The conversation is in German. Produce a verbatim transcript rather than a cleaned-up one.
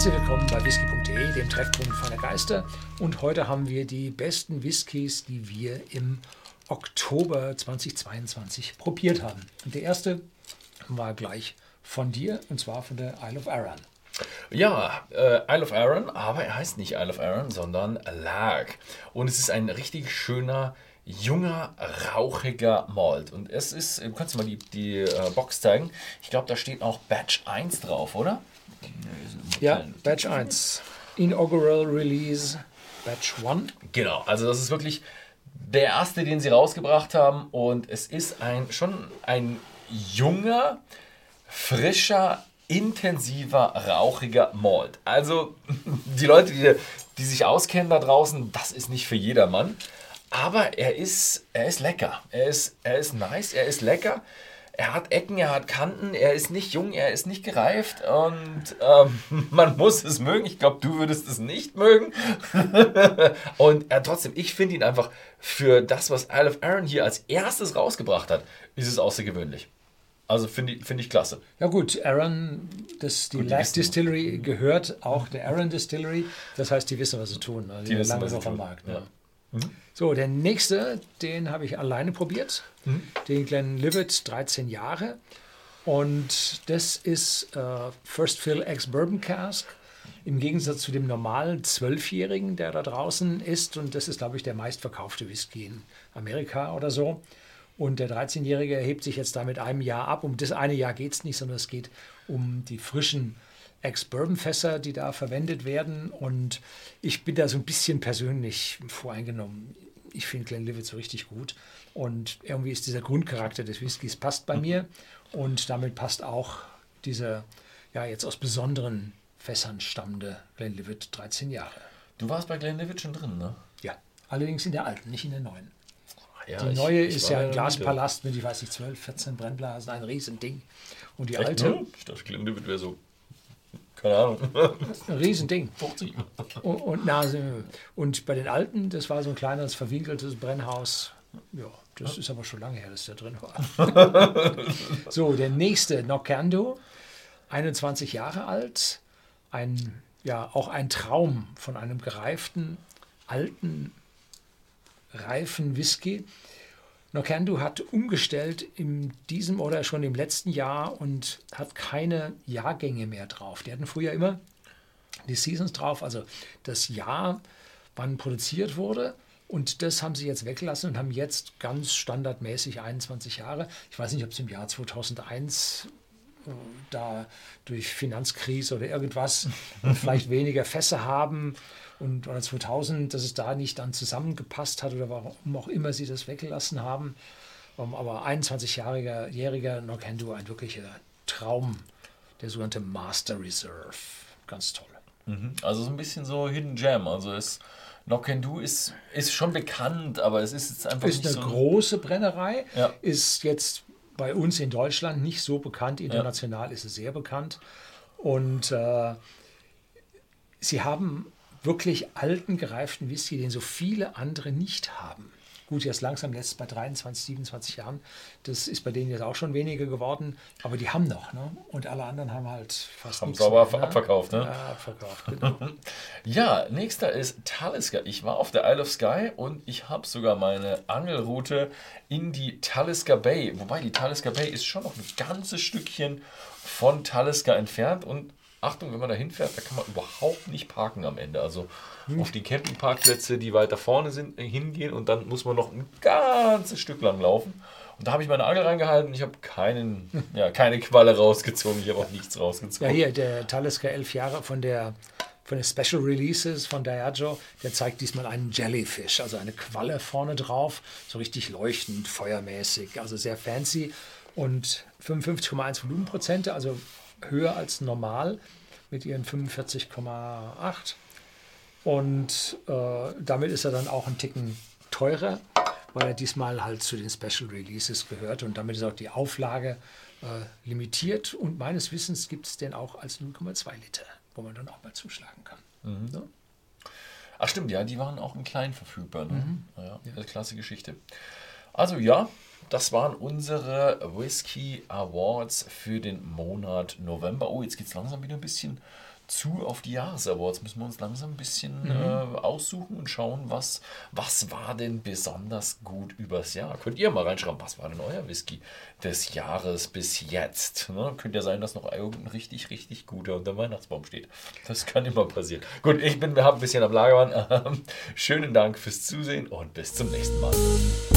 Herzlich willkommen bei whisky punkt de, dem Treffpunkt feiner Geister. Und heute haben wir die besten Whiskys, die wir im Oktober zweitausendzweiundzwanzig probiert haben. Und der erste war gleich von dir, und zwar von der Isle of Arran. Ja, äh, Isle of Arran, aber er heißt nicht Isle of Arran, sondern Larg. Und es ist ein richtig schöner, junger, rauchiger Malt. Und es ist, du kannst mal die, die äh, Box zeigen, ich glaube, da steht auch Batch eins drauf, oder? Ja, Batch eins. Inaugural Release Batch eins. Genau, also das ist wirklich der erste, den sie rausgebracht haben. Und es ist ein schon ein junger, frischer, intensiver, rauchiger Malt. Also die Leute, die, die sich auskennen da draußen, das ist nicht für jedermann. Aber er ist, er ist lecker. Er ist, er ist nice, er ist lecker. Er hat Ecken, er hat Kanten, er ist nicht jung, er ist nicht gereift und ähm, man muss es mögen. Ich glaube, du würdest es nicht mögen. Und äh, trotzdem, ich finde ihn einfach für das, was Isle of Arran hier als erstes rausgebracht hat, ist es außergewöhnlich. Also finde ich, find ich klasse. Ja gut, Arran, das, die Larg Distillery gehört auch der Arran Distillery. Das heißt, die wissen, was sie tun. Also die wissen, lange was sie noch am tun. Markt. Ne? Ja. Mhm. So, der nächste, den habe ich alleine probiert. Mhm. Den Glenlivet, dreizehn Jahre. Und das ist äh, First Fill Ex-Bourbon Cask. Im Gegensatz zu dem normalen zwölfjährigen, der da draußen ist. Und das ist, glaube ich, der meistverkaufte Whisky in Amerika oder so. Und der dreizehnjährige erhebt sich jetzt da mit einem Jahr ab. Um das eine Jahr geht es nicht, sondern es geht um die frischen Ex-Bourbon-Fässer, die da verwendet werden. Und ich bin da so ein bisschen persönlich voreingenommen. Ich finde Glenlivet so richtig gut. Und irgendwie ist dieser Grundcharakter des Whiskys passt bei mir. Und damit passt auch dieser, ja, jetzt aus besonderen Fässern stammende Glenlivet dreizehn Jahre. Du warst bei Glenlivet schon drin, ne? Ja, allerdings in der alten, nicht in der neuen. Ja, die ich, neue ich ist ja ein wieder. Glaspalast mit, ich weiß nicht, zwölf, vierzehn Brennblasen, ein Riesending. Und die Echt, alte... ne? Ich dachte, Glenlivet wäre so, keine Ahnung. Ein Riesending. fünfzig. Und, und, na, und bei den alten, das war so ein kleines, verwinkeltes Brennhaus. Ja, das ist aber schon lange her, dass der drin war. So, der nächste, Knockandu, einundzwanzig Jahre alt. Ein, ja, auch ein Traum von einem gereiften, alten, reifen Whisky. Knockandu hat umgestellt in diesem oder schon im letzten Jahr und hat keine Jahrgänge mehr drauf. Die hatten früher immer die Seasons drauf, also das Jahr, wann produziert wurde. Und das haben sie jetzt weggelassen und haben jetzt ganz standardmäßig einundzwanzig Jahre. Ich weiß nicht, ob es im Jahr zweitausendeins äh, da durch Finanzkrise oder irgendwas vielleicht weniger Fässer haben. Und oder zweitausend, dass es da nicht dann zusammengepasst hat oder warum auch immer sie das weggelassen haben. Aber einundzwanzigjähriger jähriger Knockandu, ein wirklicher Traum, der sogenannte Master Reserve. Ganz toll. Also so ein bisschen so Hidden Gem. Also es, Knockandu ist, ist schon bekannt, aber es ist jetzt einfach ist nicht eine so... große Brennerei, Ja. ist jetzt bei uns in Deutschland nicht so bekannt. International ja. ist es sehr bekannt. Und äh, sie haben wirklich alten, gereiften Whisky, den so viele andere nicht haben. Gut, jetzt langsam jetzt bei dreiundzwanzig, siebenundzwanzig Jahren, das ist bei denen jetzt auch schon weniger geworden, aber die haben noch, ne? Und alle anderen haben halt fast Haben nichts sauber mehr, ne? abverkauft, ne? Ja, abverkauft, genau. Ja, nächster ist Talisker. Ich war auf der Isle of Skye und ich habe sogar meine Angelroute in die Talisker Bay, wobei die Talisker Bay ist schon noch ein ganzes Stückchen von Talisker entfernt und Achtung, wenn man da hinfährt, da kann man überhaupt nicht parken am Ende. Also hm. auf die Campingparkplätze, die weiter vorne sind, hingehen und dann muss man noch ein ganzes Stück lang laufen. Und da habe ich meine Angel reingehalten und ich habe keinen, ja, keine Qualle rausgezogen. Ich habe auch nichts rausgezogen. Ja, hier, der Talisker elf Jahre von der, von den Special Releases von Diageo, der zeigt diesmal einen Jellyfish, also eine Qualle vorne drauf, so richtig leuchtend, feuermäßig, also sehr fancy und fünfundfünfzig Komma eins Volumenprozente, also höher als normal mit ihren fünfundvierzig Komma acht. Und äh, damit ist er dann auch ein Ticken teurer, weil er diesmal halt zu den Special Releases gehört. Und damit ist auch die Auflage äh, limitiert. Und meines Wissens gibt es den auch als null Komma zwei Liter, wo man dann auch mal zuschlagen kann. Mhm. So. Ach stimmt, ja, die waren auch in klein verfügbar. Ne? Mhm. Ja, Ja. klasse Geschichte. Also ja, das waren unsere Whisky Awards für den Monat November. Oh, jetzt geht es langsam wieder ein bisschen zu auf die Jahresawards. Müssen wir uns langsam ein bisschen Mhm. äh, aussuchen und schauen, was, was war denn besonders gut übers Jahr. Könnt ihr mal reinschreiben, was war denn euer Whisky des Jahres bis jetzt? Ne? Könnte ja sein, dass noch irgendein richtig, richtig guter unter dem Weihnachtsbaum steht. Das kann immer passieren. Gut, ich bin, wir haben ein bisschen am Lager. Schönen Dank fürs Zusehen und bis zum nächsten Mal.